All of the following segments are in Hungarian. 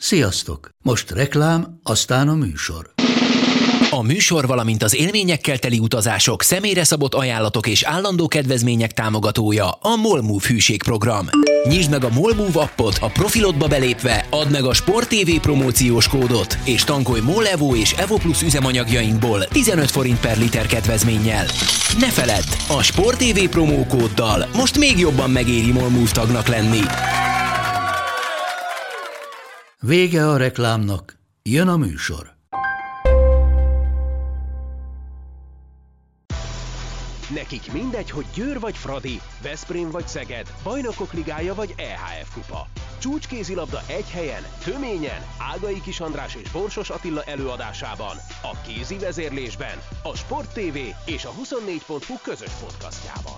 Sziasztok! Most reklám, aztán a műsor. A műsor, valamint az élményekkel teli utazások, személyre szabott ajánlatok és állandó kedvezmények támogatója a MOL Move hűségprogram. Nyisd meg a MOL Move appot, a profilodba belépve add meg a Sport TV promóciós kódot, és tankolj MOL Evo és Evo Plus üzemanyagjainkból 15 forint per liter kedvezménnyel. Ne feledd, a Sport TV promókóddal most még jobban megéri MOL Move tagnak lenni. Vége a reklámnak, jön a műsor. Nekik mindegy, hogy Győr vagy Fradi, Veszprém vagy Szeged, Bajnokok Ligája vagy EHF Kupa. Csúcskézilabda egy helyen, töményen, Ágai Kis András és Borsos Attila előadásában, a kézi vezérlésben, a Sport TV és a 24.hu közös podcastjában.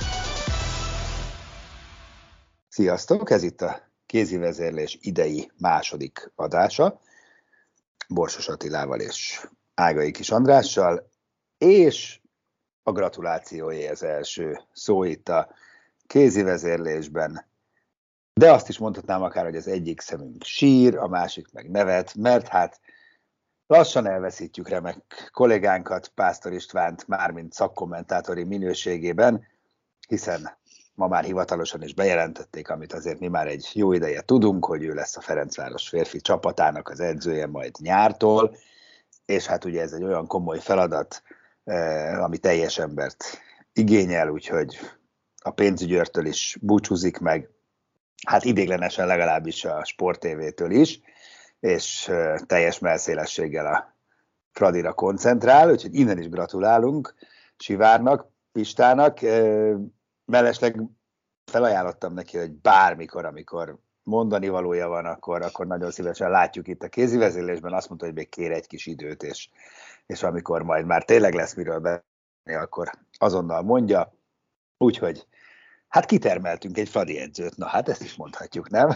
Sziasztok, ez itt a kézi vezérlés idei második adása, Borsos Attilával és Ágai Kis Andrással, és a gratulációé az első szó itt a kézi vezérlésben. De azt is mondhatnám akár, hogy az egyik szemünk sír, a másik meg nevet, mert hát lassan elveszítjük remek kollégánkat, Pásztor Istvánt, mármint szakkommentátori minőségében, hiszen ma már hivatalosan is bejelentették, amit azért mi már egy jó ideje tudunk, hogy ő lesz a Ferencváros férfi csapatának az edzője majd nyártól, és hát ugye ez egy olyan komoly feladat, ami teljes embert igényel, úgyhogy a pénzügyőrtől is búcsúzik meg, hát idéglenesen legalábbis a Sport TV-től is, és teljes mellszélességgel a Fradira koncentrál, úgyhogy innen is gratulálunk Sivárnak, Pistának. Mellesleg felajánlottam neki, hogy bármikor, amikor mondani valója van, akkor nagyon szívesen látjuk itt a kézivezérlésben. Azt mondta, hogy még kér egy kis időt, és amikor majd már tényleg lesz miről beszélni, akkor azonnal mondja. Úgyhogy hát kitermeltünk egy Fradi edzőt, na hát ezt is mondhatjuk, nem?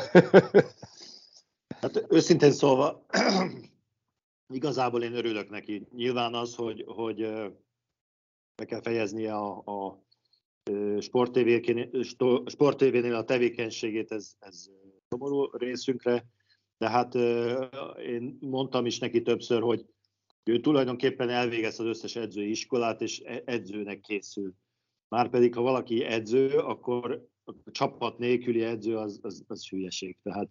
Hát őszintén szólva, igazából én örülök neki. Nyilván az, hogy be kell fejeznie a Sport TV-nél a tevékenységét, ez szomorú részünkre, de hát én mondtam is neki többször, hogy ő tulajdonképpen elvégezte az összes edzői iskolát, és edzőnek készül. Márpedig, ha valaki edző, akkor a csapat nélküli edző az hülyeség. Tehát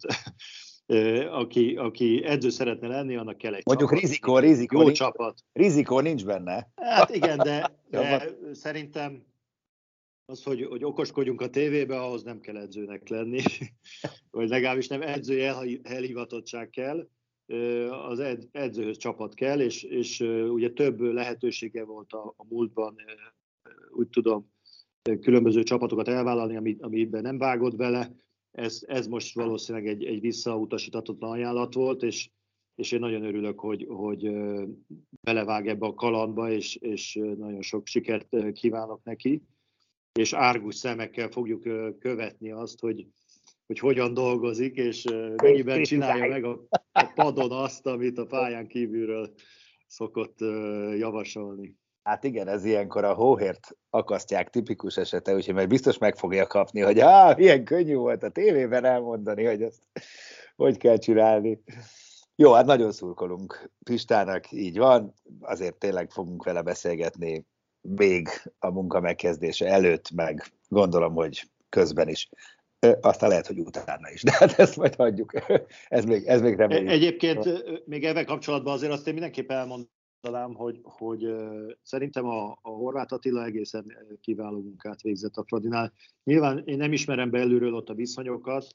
aki edző szeretne lenni, annak kell egy mondjuk csapat. rizikó jó nincs, csapat. Rizikó nincs benne. Hát igen, de szerintem az, hogy okoskodjunk a tévébe, ahhoz nem kell edzőnek lenni, vagy legalábbis nem edzői elhivatottság kell, az edzőhöz csapat kell, és ugye több lehetősége volt a múltban, úgy tudom, különböző csapatokat elvállalni, amiben nem vágott bele. Ez most valószínűleg egy visszautasíthatatlan ajánlat volt, és én nagyon örülök, hogy belevág ebbe a kalandba, és nagyon sok sikert kívánok neki. És árgus szemekkel fogjuk követni azt, hogy hogyan dolgozik, és mennyiben csinálja meg a padon azt, amit a pályán kívülről szokott javasolni. Hát igen, ez ilyenkor a hóhért akasztják tipikus esete, úgyhogy majd biztos meg fogja kapni, hogy milyen könnyű volt a tévében elmondani, hogy ezt hogy kell csinálni. Jó, hát nagyon szurkolunk Pistának, így van, azért tényleg fogunk vele beszélgetni még a munka megkezdése előtt, meg gondolom, hogy közben is. Aztán lehet, hogy utána is, de hát ezt majd hagyjuk. Ez még reméljük. Egyébként még ezzel kapcsolatban azért azt én mindenképpen elmondanám, hogy szerintem a Horváth Attila egészen kiváló munkát végzett a Fradinál. Nyilván én nem ismerem belülről ott a viszonyokat,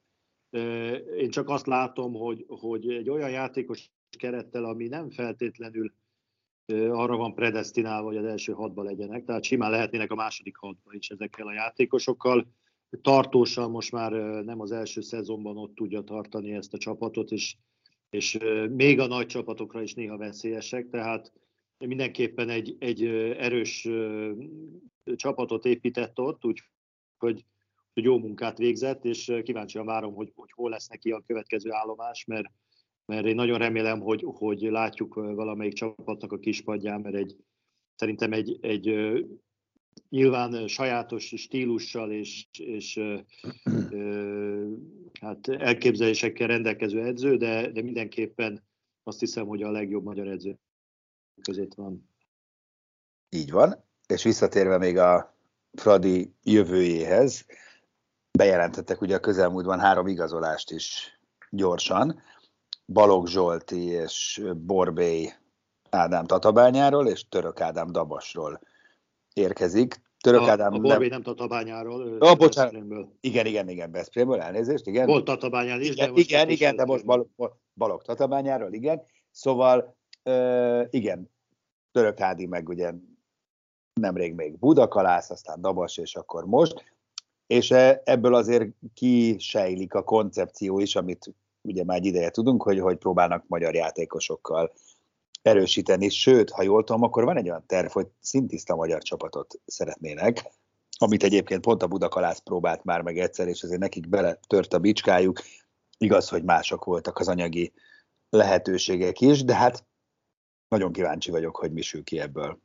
én csak azt látom, hogy egy olyan játékos kerettel, ami nem feltétlenül arra van predesztinálva, hogy az első 6-ban legyenek, tehát simán lehetnének a második 6-ban is ezekkel a játékosokkal. Tartósan most már nem az első szezonban ott tudja tartani ezt a csapatot, és még a nagy csapatokra is néha veszélyesek, tehát mindenképpen egy erős csapatot épített ott, úgyhogy jó munkát végzett, és kíváncsian várom, hogy hol lesz neki a következő állomás, mert én nagyon remélem, hogy látjuk valamelyik csapatnak a kispadján, mert szerintem egy nyilván sajátos stílussal és hát elképzelésekkel rendelkező edző, de mindenképpen azt hiszem, hogy a legjobb magyar edző között van. Így van, és visszatérve még a Fradi jövőjéhez, bejelentettek ugye a közelmúltban 3 igazolást is gyorsan, Balogh Zsolti és Borbély Ádám Tatabányáról, és Török Ádám Dabasról érkezik. Török Ádám a Borbély nem Tatabányáról, Veszprémből. Igen, Veszprémből, elnézést, igen. Volt Tatabányán is, de most igen, de most Balogh Tatabányáról, igen. Szóval, igen, Török Ádi meg ugye nemrég még Budakalász, aztán Dabas, és akkor most. És ebből azért kisejlik a koncepció is, amit ugye már egy ideje tudunk, hogy próbálnak magyar játékosokkal erősíteni. Sőt, ha jól tudom, akkor van egy olyan terv, hogy szintiszta magyar csapatot szeretnének, amit egyébként pont a Budakalász próbált már meg egyszer, és azért nekik beletört a bicskájuk. Igaz, hogy mások voltak az anyagi lehetőségek is, de hát nagyon kíváncsi vagyok, hogy mi sül ki ebből.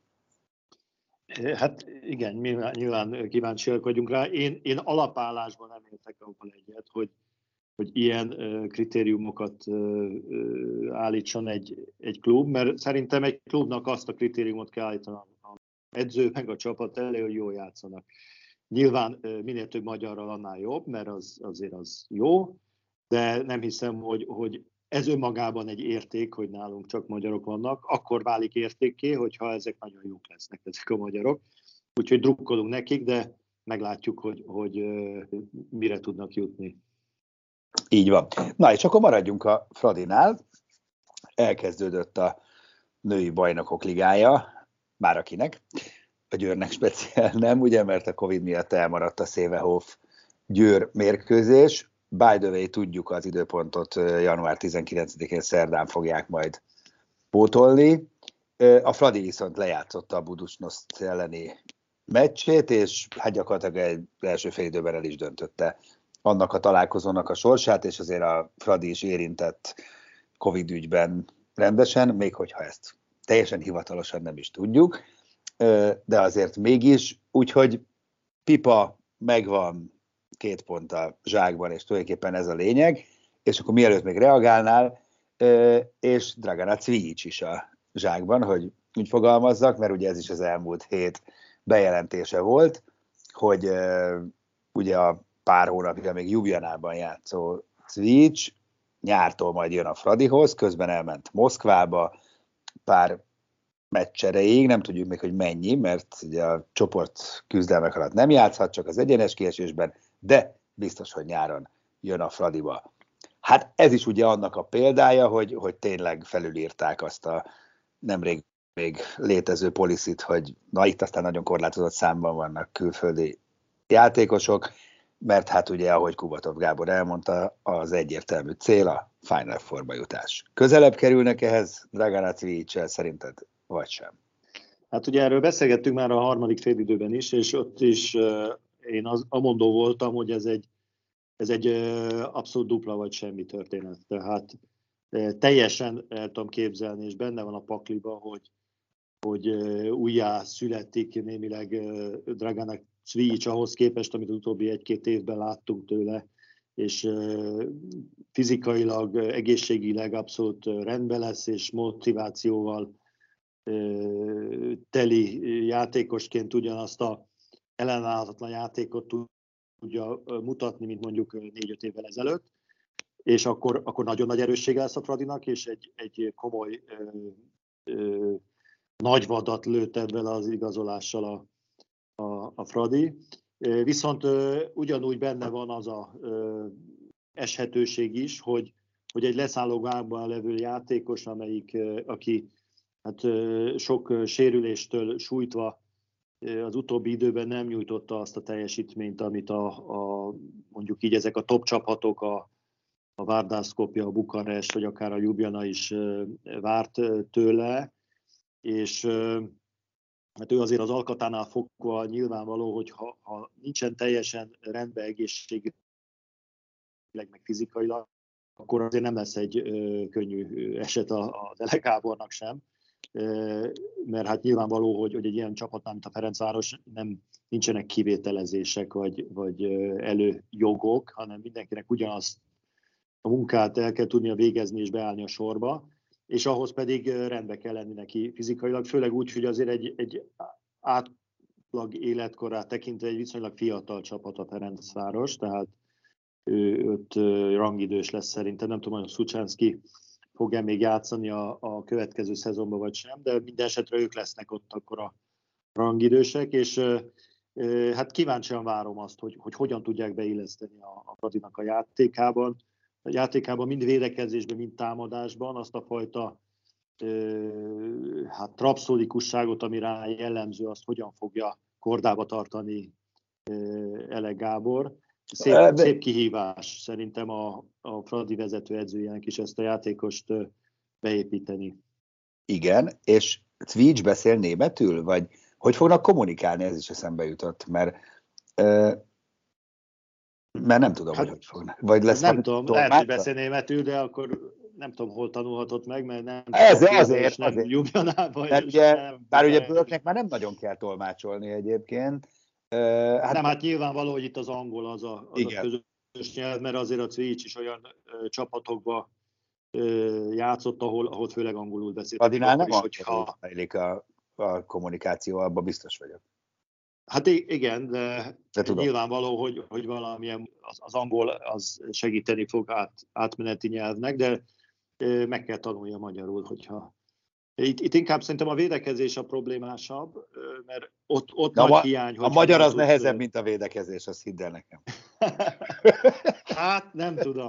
Hát igen, nyilván kíváncsiak vagyunk rá. Én alapállásban nem értek abban egyet, hogy ilyen kritériumokat állítson egy klub, mert szerintem egy klubnak azt a kritériumot kell állítani az edző meg a csapat elé, hogy jól játszanak. Nyilván minél több magyarral annál jobb, mert azért az jó, de nem hiszem, hogy ez önmagában egy érték, hogy nálunk csak magyarok vannak, akkor válik értékké, hogyha ezek nagyon jók lesznek, ezek a magyarok. Úgyhogy drukkolunk nekik, de meglátjuk, hogy mire tudnak jutni. Így van. Na és akkor maradjunk a Fradinál. Elkezdődött a női bajnokok ligája, már akinek, a Győrnek speciál nem, ugye, mert a Covid miatt elmaradt a Szévehof Győr mérkőzés. By the way, tudjuk az időpontot, január 19-én szerdán fogják majd pótolni. A Fradi viszont lejátszotta a Budućnost elleni meccsét, és hát gyakorlatilag egy első fél időben el is döntötte annak a találkozónak a sorsát, és azért a Fradi is érintett Covid ügyben rendesen, még hogyha ezt teljesen hivatalosan nem is tudjuk, de azért mégis, úgyhogy pipa megvan, 2 pont a zsákban, és tulajdonképpen ez a lényeg, és akkor mielőtt még reagálnál, és Dragana Cvijic is a zsákban, hogy úgy fogalmazzak, mert ugye ez is az elmúlt hét bejelentése volt, hogy ugye a pár hónapja még Ljubljanában játszó Cvijic nyártól majd jön a Fradihoz, közben elment Moszkvába pár meccs erejéig, nem tudjuk még, hogy mennyi, mert ugye a csoport küzdelmek alatt nem játszhat, csak az egyenes kiesésben, de biztos, hogy nyáron jön a Fradiba. Hát ez is ugye annak a példája, hogy tényleg felülírták azt a nemrég még létező policit, hogy na itt aztán nagyon korlátozott számban vannak külföldi játékosok, mert hát ugye, ahogy Kubatov Gábor elmondta, az egyértelmű cél a Final Fourba jutás. Közelebb kerülnek ehhez Dragana Cvijic-sel szerinted, vagy sem? Hát ugye erről beszélgettünk már a harmadik félidőben is, és ott is én amondó voltam, hogy ez egy abszolút dupla vagy semmi történet. Tehát teljesen el tudom képzelni, és benne van a pakliba, hogy újjá születik némileg Dragana Cvijic ahhoz képest, amit az utóbbi 1-2 évben láttunk tőle, és fizikailag, egészségileg abszolút rendben lesz, és motivációval teli játékosként ugyanazt a ellenállhatatlan játékot tudja mutatni, mint mondjuk 4-5 évvel ezelőtt, és akkor nagyon nagy erőssége lesz a Fradinak, és egy komoly nagy vadat lőtt ebben az igazolással a Fradi. Viszont ugyanúgy benne van az a eshetőség is, hogy egy leszállógákban levő játékos, aki hát sok sérüléstől sújtva az utóbbi időben nem nyújtotta azt a teljesítményt, amit mondjuk így ezek a top csapatok, a Vardar Skopje, a Bukarest, vagy akár a Ljubljana is várt tőle, és hát ő azért az alkatánál fogva nyilvánvaló, hogy ha nincsen teljesen rendben egészségileg, meg fizikailag, akkor azért nem lesz egy könnyű eset a Dele Gábornak sem, mert hát nyilvánvaló, hogy egy ilyen csapatnál, mint a Ferencváros, nincsenek kivételezések vagy előjogok, hanem mindenkinek ugyanazt munkát el kell tudnia végezni és beállni a sorba, és ahhoz pedig rendbe kell lenni neki fizikailag, főleg úgy, hogy azért egy átlag életkorát tekintve egy viszonylag fiatal csapat a Ferencváros, tehát ő rangidős lesz szerintem, nem tudom, hogy Szucsánszky fog-e még játszani a következő szezonban vagy sem, de minden esetre ők lesznek ott akkor a rangidősek, és hát kíváncsian várom azt, hogy hogyan tudják beilleszteni a Fradinak a játékában, mind védekezésben, mind támadásban azt a fajta hát rapszódikusságot, ami rá jellemző, azt hogyan fogja kordába tartani Elek Gábor. Szép kihívás szerintem a Fradi vezetőedzőjének is ezt a játékost beépíteni. Igen, és Cvics beszél németül? Vagy hogy fognak kommunikálni? Ez is eszembe jutott, mert nem tudom, hát, hogy fognak. Vagy lesz nem tudom, lehet, hogy beszél németül, de akkor nem tudom, hol tanulhatott meg, mert nem azért. Ljubljanában. Bár ugye Bölknek már nem nagyon kell tolmácsolni egyébként. Hát nyilvánvaló, hogy itt az angol az a közös nyelv, mert azért a Cvics is olyan csapatokba játszott, ahol főleg angolul beszélt. Adinál nem zajlik a kommunikáció, abban biztos vagyok. Hát igen, de nyilvánvaló, hogy valamilyen az angol az segíteni fog átmeneti nyelvnek, de meg kell tanulja magyarul, hogyha... Itt inkább szerintem a védekezés a problémásabb, mert ott nagy hiány... A magyar az nehezebb, mint a védekezés, azt hidd el nekem. Hát nem tudom.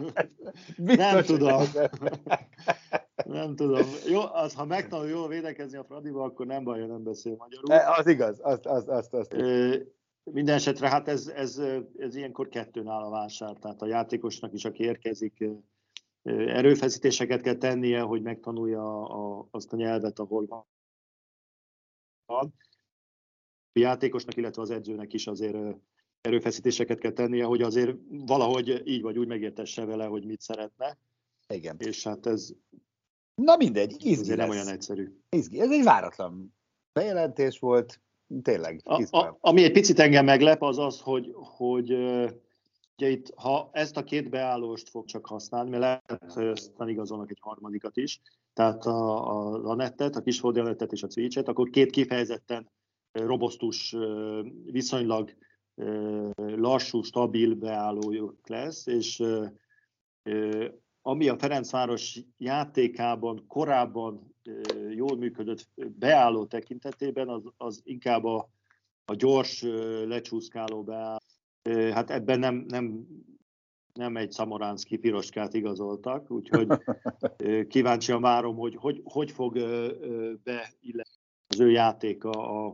Nem tudom. Jó, ha megtanul jól védekezni a Fradiba, akkor nem baj, nem beszél magyarul. Az igaz, azt. Minden esetre hát ez ilyenkor kettőn áll a vásár, tehát a játékosnak is, aki érkezik, erőfeszítéseket kell tennie, hogy megtanulja azt a nyelvet, ahol van. A játékosnak, illetve az edzőnek is azért erőfeszítéseket kell tennie, hogy azért valahogy így vagy úgy megértesse vele, hogy mit szeretne. Igen. És hát ez... Na mindegy, izgi lesz. Nem olyan egyszerű. Izgi. Ez egy váratlan bejelentés volt, tényleg. Ami egy picit engem meglep, az, hogy ugye itt, ha ezt a két beállóst fog csak használni, mert lehet, hogy aztán igazolnak egy harmadikat is, tehát a Lanettet, a Kisföldi Lanettet és a Cvicset, akkor két kifejezetten robosztus, viszonylag lassú, stabil beállójuk lesz, és ami a Ferencváros játékában korábban jól működött beálló tekintetében, az inkább a gyors, lecsúszkáló beálló. Hát ebben nem egy Szamoránszky Piroskát igazoltak, úgyhogy kíváncsian várom, hogy fog beilleni az ő játéka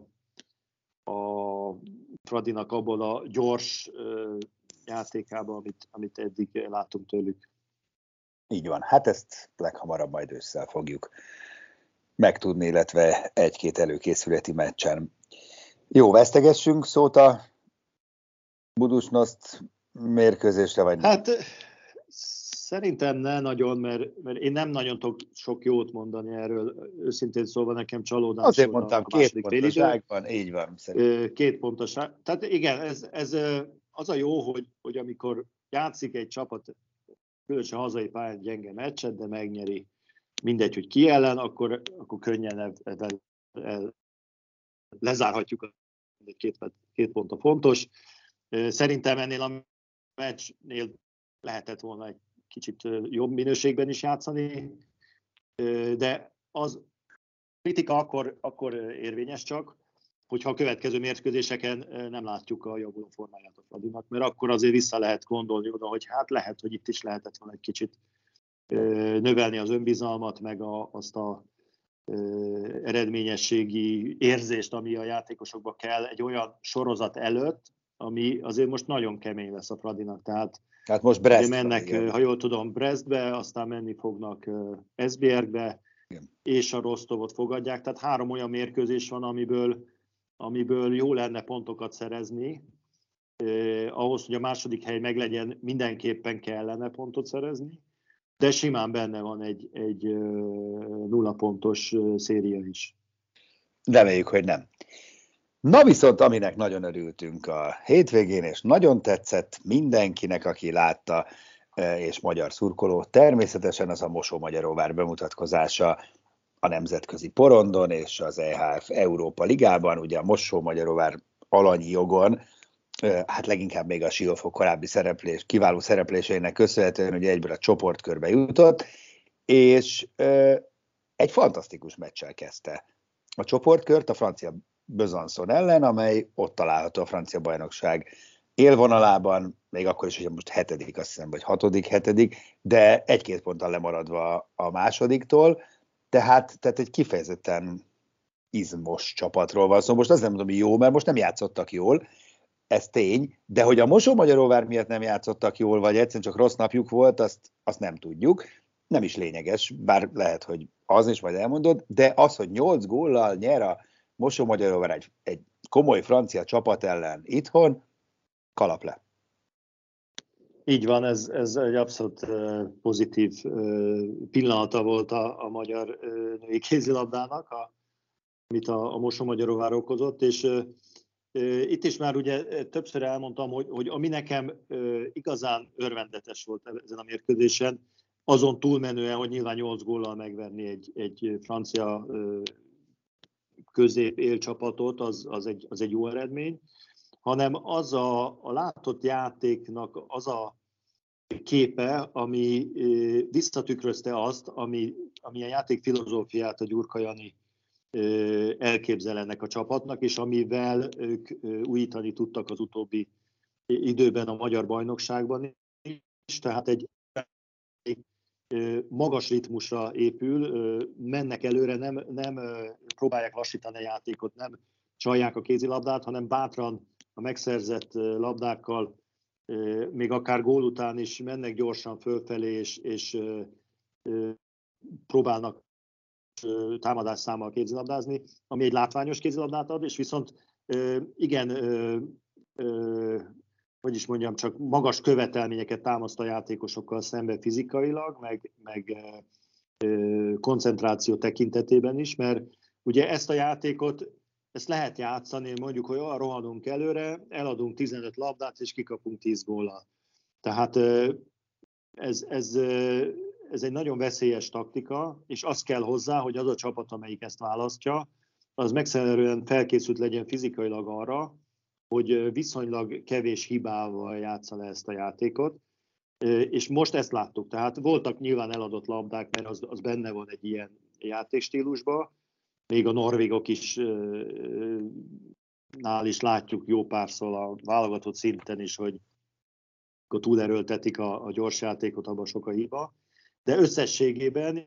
a Fradinak abból a gyors játékában, amit eddig látunk tőlük. Így van, hát ezt leghamarabb majd ősszel fogjuk megtudni, illetve egy-két előkészületi meccsen. Jó, vesztegessünk szót a Budućnost mérkőzésre, vagy nem? Hát szerintem ne nagyon, mert én nem nagyon tudok sok jót mondani erről. Őszintén szólva nekem csalódás. Azért mondtam, 2 pontoságban, így van. Szerintem. 2 pontoság. Tehát igen, ez az a jó, hogy amikor játszik egy csapat, különösen hazai pályán gyenge meccset, de megnyeri mindegy, hogy ki ellen, akkor könnyen lezárhatjuk, hogy 2 pont a fontos. Szerintem ennél a meccsnél lehetett volna egy kicsit jobb minőségben is játszani, de az kritika akkor érvényes csak, hogyha a következő mérkőzéseken nem látjuk a javuló formáját a Fradinak, mert akkor azért vissza lehet gondolni oda, hogy hát lehet, hogy itt is lehetett volna egy kicsit növelni az önbizalmat, meg azt a eredményességi érzést, ami a játékosokba kell egy olyan sorozat előtt, ami azért most nagyon kemény lesz a Fradinak. Tehát most Brest mennek, ha jól tudom, Brestbe, aztán menni fognak Esbjergbe, és a Rostovot fogadják. Tehát 3 olyan mérkőzés van, amiből jó lenne pontokat szerezni. Ahhoz, hogy a második hely meglegyen, mindenképpen kellene pontot szerezni, de simán benne van egy 0 pontos széria is. Reméljük, hogy nem. Na viszont, aminek nagyon örültünk a hétvégén, és nagyon tetszett mindenkinek, aki látta, és magyar szurkoló. Természetesen az a Mosó-Magyaróvár bemutatkozása a nemzetközi porondon és az EHF Európa Ligában. Ugye a Mosó-Magyaróvár alanyi jogon, hát leginkább még a Siófok korábbi kiváló szerepléseinek köszönhetően ugye egyből a csoportkörbe jutott, és egy fantasztikus meccsel kezdte a csoportkört a francia Besançon ellen, amely ott található a francia bajnokság élvonalában, még akkor is, hogy most hetedik, azt hiszem, vagy hetedik, de 1-2 ponttal lemaradva a másodiktól, tehát egy kifejezetten izmos csapatról van szó. Most azt nem mondom, hogy jó, mert most nem játszottak jól, ez tény, de hogy a Mosó-Magyaróvár miatt nem játszottak jól, vagy egyszerűen csak rossz napjuk volt, azt nem tudjuk. Nem is lényeges, bár lehet, hogy az is majd elmondod, de az, hogy 8 góllal nyer a Mosó-Magyaróvár egy komoly francia csapat ellen itthon, kalap le. Így van, ez egy abszolút pozitív pillanata volt a magyar női kézilabdának, amit a Mosó-Magyaróvár okozott, és itt is már ugye többször elmondtam, hogy ami nekem igazán örvendetes volt ezen a mérkőzésen, azon túlmenően, hogy nyilván 8 góllal megverni egy francia közép-élcsapatot, az egy jó eredmény, hanem az a látott játéknak az a képe, ami visszatükrözte azt, ami a játék filozófiát a Gyurka Jani elképzel ennek a csapatnak, és amivel ők újítani tudtak az utóbbi időben a magyar bajnokságban is, tehát egy magas ritmusra épül, mennek előre, nem próbálják lassítani a játékot, nem csalják a kézilabdát, hanem bátran a megszerzett labdákkal, még akár gól után is mennek gyorsan fölfelé, és próbálnak támadás számmal kézilabdázni, ami egy látványos kézilabdát ad, és viszont igen, hogy is mondjam, csak magas követelményeket támaszt a játékosokkal szembe fizikailag, meg koncentráció tekintetében is, mert ugye ezt a játékot, ezt lehet játszani, mondjuk, hogy rohanunk előre, eladunk 15 labdát, és kikapunk 10 góllal. Tehát ez egy nagyon veszélyes taktika, és az kell hozzá, hogy az a csapat, amelyik ezt választja, az megfelelően felkészült legyen fizikailag arra, hogy viszonylag kevés hibával játsza le ezt a játékot, és most ezt láttuk. Tehát voltak nyilván eladott labdák, mert az benne van egy ilyen játékstílusban, még a norvégok is nál is látjuk jó párszor a válogatott szinten is, hogy túlerőltetik a gyors játékot, abban sok a hiba. De összességében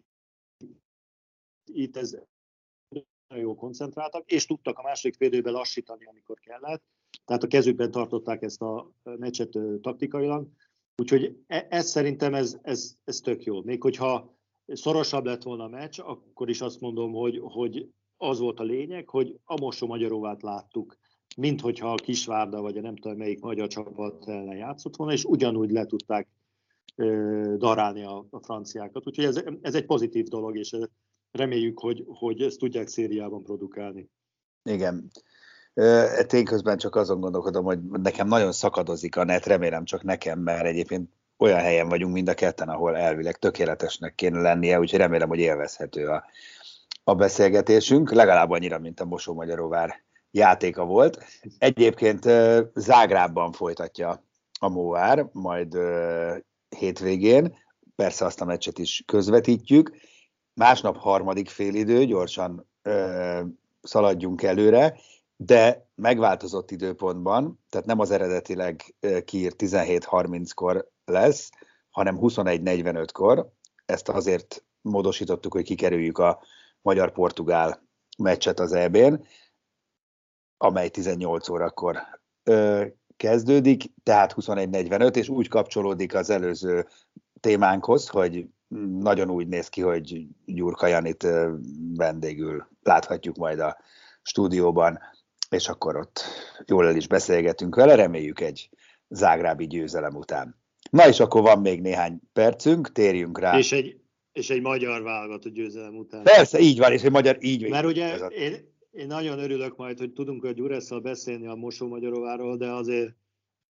itt ez nagyon jól koncentráltak, és tudtak a második fél időben lassítani, amikor kellett. Tehát a kezükben tartották ezt a meccset taktikailag. Úgyhogy ez szerintem ez tök jó. Még hogyha szorosabb lett volna a meccs, akkor is azt mondom, hogy az volt a lényeg, hogy a Mosó-Magyaróvát láttuk, mint hogyha a Kisvárda vagy a nem tudom melyik magyar csapat ellen játszott volna, és ugyanúgy le tudták darálni a franciákat. Úgyhogy ez egy pozitív dolog, és reméljük, hogy ezt tudják szériában produkálni. Igen. Én közben csak azon gondolkodom, hogy nekem nagyon szakadozik a net, remélem csak nekem, mert egyébként olyan helyen vagyunk mind a ketten, ahol elvileg tökéletesnek kéne lennie, úgyhogy remélem, hogy élvezhető a beszélgetésünk, legalább annyira, mint a Mosó-Magyaróvár játéka volt. Egyébként Zágrábban folytatja a Móvár, majd hétvégén, persze azt a meccset is közvetítjük. Másnap harmadik félidő, gyorsan szaladjunk előre, de megváltozott időpontban, tehát nem az eredetileg kiírt 17:30-kor lesz, hanem 21:45-kor. Ezt azért módosítottuk, hogy kikerüljük a magyar-portugál meccset az EB-n, amely 18 órakor kezdődik, tehát 21:45, és úgy kapcsolódik az előző témánkhoz, hogy nagyon úgy néz ki, hogy Gyurka Janit vendégül láthatjuk majd a stúdióban, és akkor ott jól el is beszélgetünk vele, reméljük egy zágrábi győzelem után. Na és akkor van még néhány percünk, térjünk rá. És egy magyar válogatott győzelem után. Persze, így van, és egy magyar így. Mert ugye én nagyon örülök majd, hogy tudunk a Gyuresszal beszélni a Mosó-Magyaróváról, de azért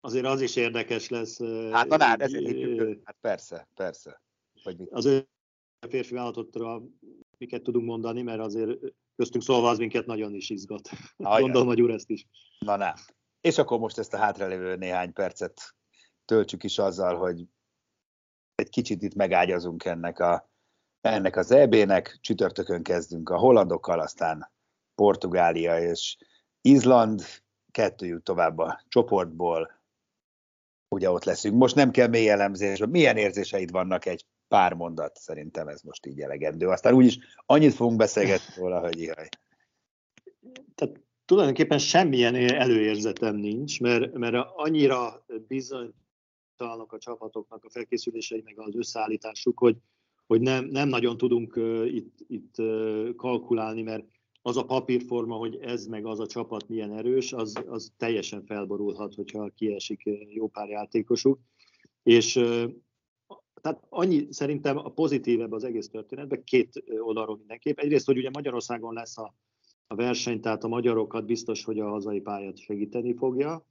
azért az is érdekes lesz. Hát ezért hívjuk, hát persze. Az ő férfi válogatottról miket tudunk mondani, mert azért köztünk szólva az minket nagyon is izgat. Gondolom, hogy úr ezt is. Na. És akkor most ezt a hátralévő néhány percet töltsük is azzal, hogy egy kicsit itt megágyazunk ennek az EB-nek. Csütörtökön kezdünk a hollandokkal, aztán Portugália és Izland, 2 jut tovább a csoportból. Ugye ott leszünk. Most nem kell mély elemzés, milyen érzéseid vannak, egy pár mondat, szerintem ez most így elegendő. Aztán úgyis annyit fogunk beszélgetni róla, hogy ihaj. Tehát tulajdonképpen semmilyen előérzetem nincs, mert annyira bizonytalanok a csapatoknak a felkészülései, meg az összeállításuk, hogy nem nagyon tudunk itt kalkulálni, mert az a papírforma, hogy ez meg az a csapat milyen erős, az teljesen felborulhat, hogyha kiesik jó pár játékosuk. És tehát annyi szerintem a pozitívebb az egész történetben, 2 oldalról mindenképp. Egyrészt, hogy ugye Magyarországon lesz a verseny, tehát a magyarokat biztos, hogy a hazai pályát segíteni fogja.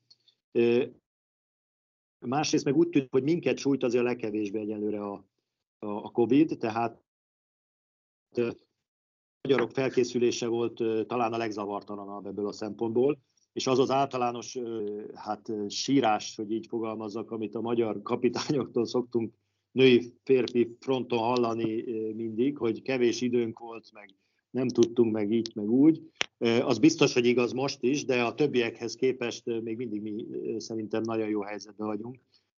Másrészt meg úgy tűnik, hogy minket sújt azért a legkevésbé egyelőre a Covid, tehát a magyarok felkészülése volt talán a legzavartalanabb ebből a szempontból, és az általános sírás, hogy így fogalmazzak, amit a magyar kapitányoktól szoktunk női-férfi fronton hallani mindig, hogy kevés időnk volt, meg nem tudtunk, meg így, meg úgy. Az biztos, hogy igaz most is, de a többiekhez képest még mindig mi szerintem nagyon jó helyzetben vagyunk.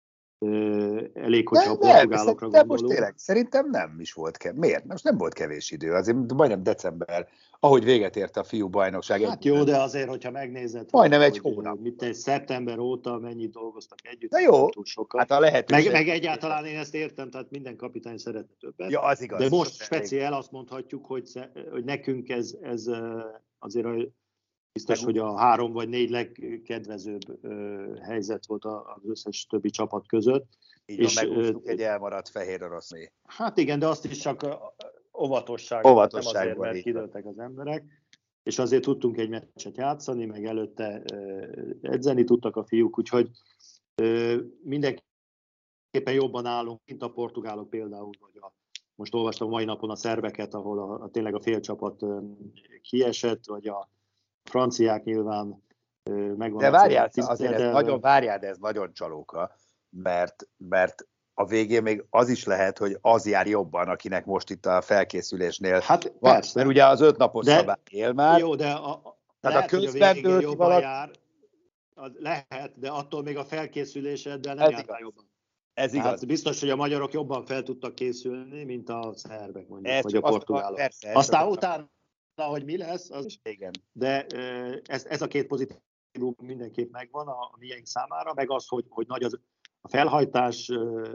Elég, hogyha a portugálokra gondolunk. Most tényleg, szerintem nem is volt kevés. Miért? Most nem volt kevés idő. Azért majdnem december, ahogy véget ért a fiú bajnokság. Hát jó, de azért, hogyha megnézed, majdnem egy hónap. Szeptember óta mennyit dolgoztak együtt. Na jó, túl sokat. Hát a lehetőség. Meg egyáltalán én ezt értem, tehát minden kapitány szeretne többet. Ja, az igaz. De most speciál azt mondhatjuk, hogy nekünk ez azért biztos, hogy a 3 vagy 4 legkedvezőbb helyzet volt az összes többi csapat között. Így és megúsztuk egy elmaradt fehér orosz mély. Hát igen, de azt is csak óvatosságban, nem azért, mert kidőltek az emberek. És azért tudtunk egy meccset játszani, meg előtte edzeni tudtak a fiúk, úgyhogy mindenképpen jobban állunk, mint a portugálok például, vagy most olvastam mai napon a szerbeket, ahol tényleg a félcsapat kiesett, vagy a franciák nyilván megvan. De várjál, azért ez nagyon csalóka, mert a végén még az is lehet, hogy az jár jobban, akinek most itt a felkészülésnél van. Mert ugye az 5 napos szabály él már. Jó, de lehet, hogy a végén jobban jár, lehet, de attól még a felkészüléseddel nem jártál jobban. Ez igaz. Hát biztos, hogy a magyarok jobban fel tudtak készülni, mint a szerbek, mondjuk, vagy a portugálok. Aztán utána, hogy mi lesz, az is. Igen. De ez a 2 pozitívum mindenképp megvan a miénk számára, meg az, hogy nagy az a felhajtás,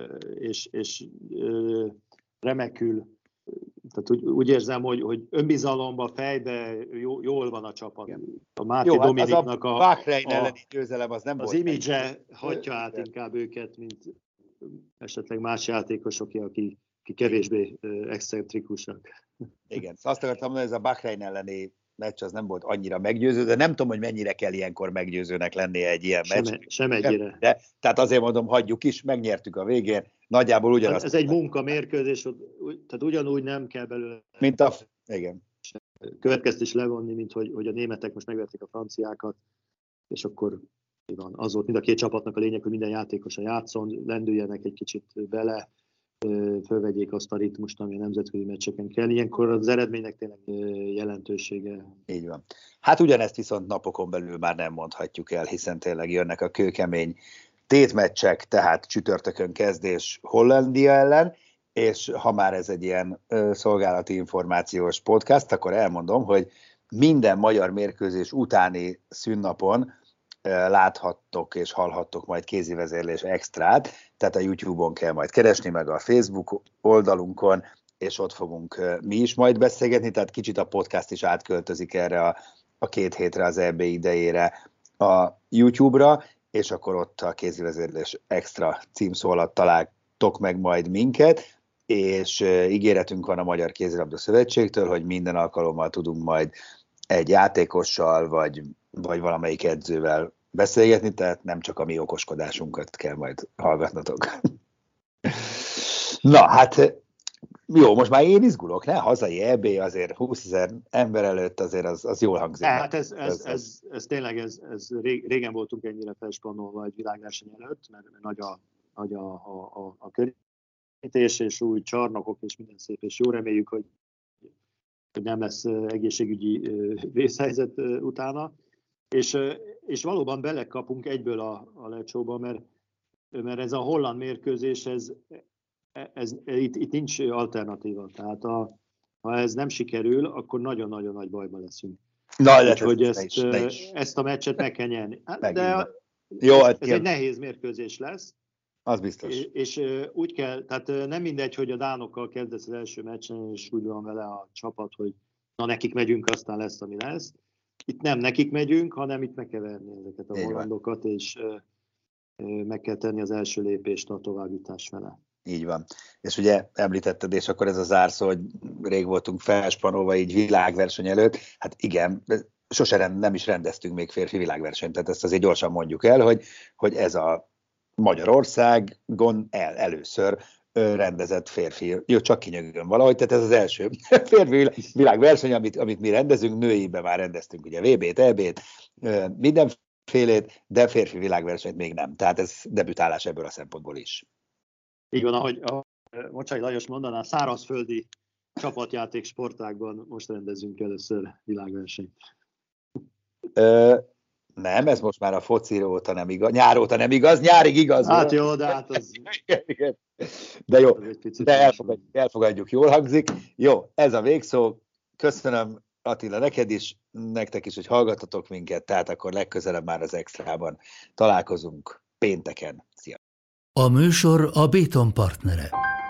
és remekül, tehát úgy érzem, hogy önbizalomban, fejben jól van a csapat. Igen. A Máté Dominiknak a Bahrein elleni győzelem az nem az volt. Az imidzse hagyja át inkább őket, mint esetleg más játékosok, akik kevésbé excentrikusak. Igen, azt akartam mondani, ez a Bahrein elleni meccs az nem volt annyira meggyőző, de nem tudom, hogy mennyire kell ilyenkor meggyőzőnek lennie egy ilyen meccs. Sem ennyire. Tehát azért mondom, hagyjuk is, megnyertük a végén, nagyjából ugyanazt. Ez egy munkamérkőzés, tehát ugyanúgy nem kell belőle. Mint igen. Következtés levonni, mint hogy a németek most megverték a franciákat, és akkor van. Az volt mind a 2 csapatnak a lényeg, hogy minden játékosa játszon, lendüljenek egy kicsit bele, fölvegyék azt a ritmust, ami a nemzetközi meccseken kell. Ilyenkor az eredménynek tényleg jelentősége. Így van. Hát ugyanezt viszont napokon belül már nem mondhatjuk el, hiszen tényleg jönnek a kőkemény tétmeccsek, tehát csütörtökön kezdés Hollandia ellen, és ha már ez egy ilyen szolgálati információs podcast, akkor elmondom, hogy minden magyar mérkőzés utáni szünnapon láthattok és hallhattok majd kézivezérlés extrát, tehát a YouTube-on kell majd keresni, meg a Facebook oldalunkon, és ott fogunk mi is majd beszélgetni, tehát kicsit a podcast is átköltözik erre a 2 hétre az EB idejére a YouTube-ra, és akkor ott a kézivezérlés extra címszó alatt találtok meg majd minket, és ígéretünk van a Magyar Kézilabda Szövetségtől, hogy minden alkalommal tudunk majd egy játékossal, vagy valamelyik edzővel beszélgetni, tehát nem csak a mi okoskodásunkat kell majd hallgatnotok. Na, hát jó, most már én izgulok, ne? Hazai EB azért 20 000 ember előtt azért az jól hangzik. Hát ez tényleg, ez régen voltunk ennyire felspannolva egy világverseny előtt, mert nagy a körítés, és új csarnokok, és minden szép, és jó, reméljük, hogy nem lesz egészségügyi vészhelyzet utána. És valóban belekapunk egyből a lecsóba, mert ez a holland mérkőzés, itt nincs alternatíva. Tehát ha ez nem sikerül, akkor nagyon-nagyon nagy bajba leszünk. Úgyhogy ezt a meccset meg kell nyerni. De ez egy nehéz mérkőzés lesz. Az biztos. És úgy kell, tehát nem mindegy, hogy a dánokkal kezdesz az első meccsen, és úgy van vele a csapat, hogy na nekik megyünk, aztán lesz, ami lesz. Itt nem nekik megyünk, hanem itt meg kell verni ezeket a hollandokat, és meg kell tenni az első lépést a továbbjutás fele. Így van. És ugye említetted, és akkor ez a zárszó, hogy rég voltunk felspanolva így világverseny előtt. Hát igen, sose nem is rendeztünk még férfi világversenyt, tehát ezt azért gyorsan mondjuk el, hogy ez a Magyarországon először rendezett férfi, jó, csak kinyögöm valahogy, tehát ez az első férfi világverseny, amit mi rendezünk, nőiben már rendeztünk ugye VB-t, EB-t, mindenfélét, de férfi világversenyt még nem. Tehát ez debütálás ebből a szempontból is. Így van, ahogy Mocsai Lajos mondaná, szárazföldi csapatjáték sportágban most rendezünk először világversenyt. Nem, ez most már a foci óta nem igaz, nyár óta nem igaz, nyárig igaz. Hát jó, de hát az... igen. De jó, de elfogadjuk, jól hangzik. Jó, ez a végszó. Köszönöm, Attila, neked is, nektek is, hogy hallgattatok minket, tehát akkor legközelebb már az Extrában találkozunk pénteken. Szia! A műsor a Béton partnere.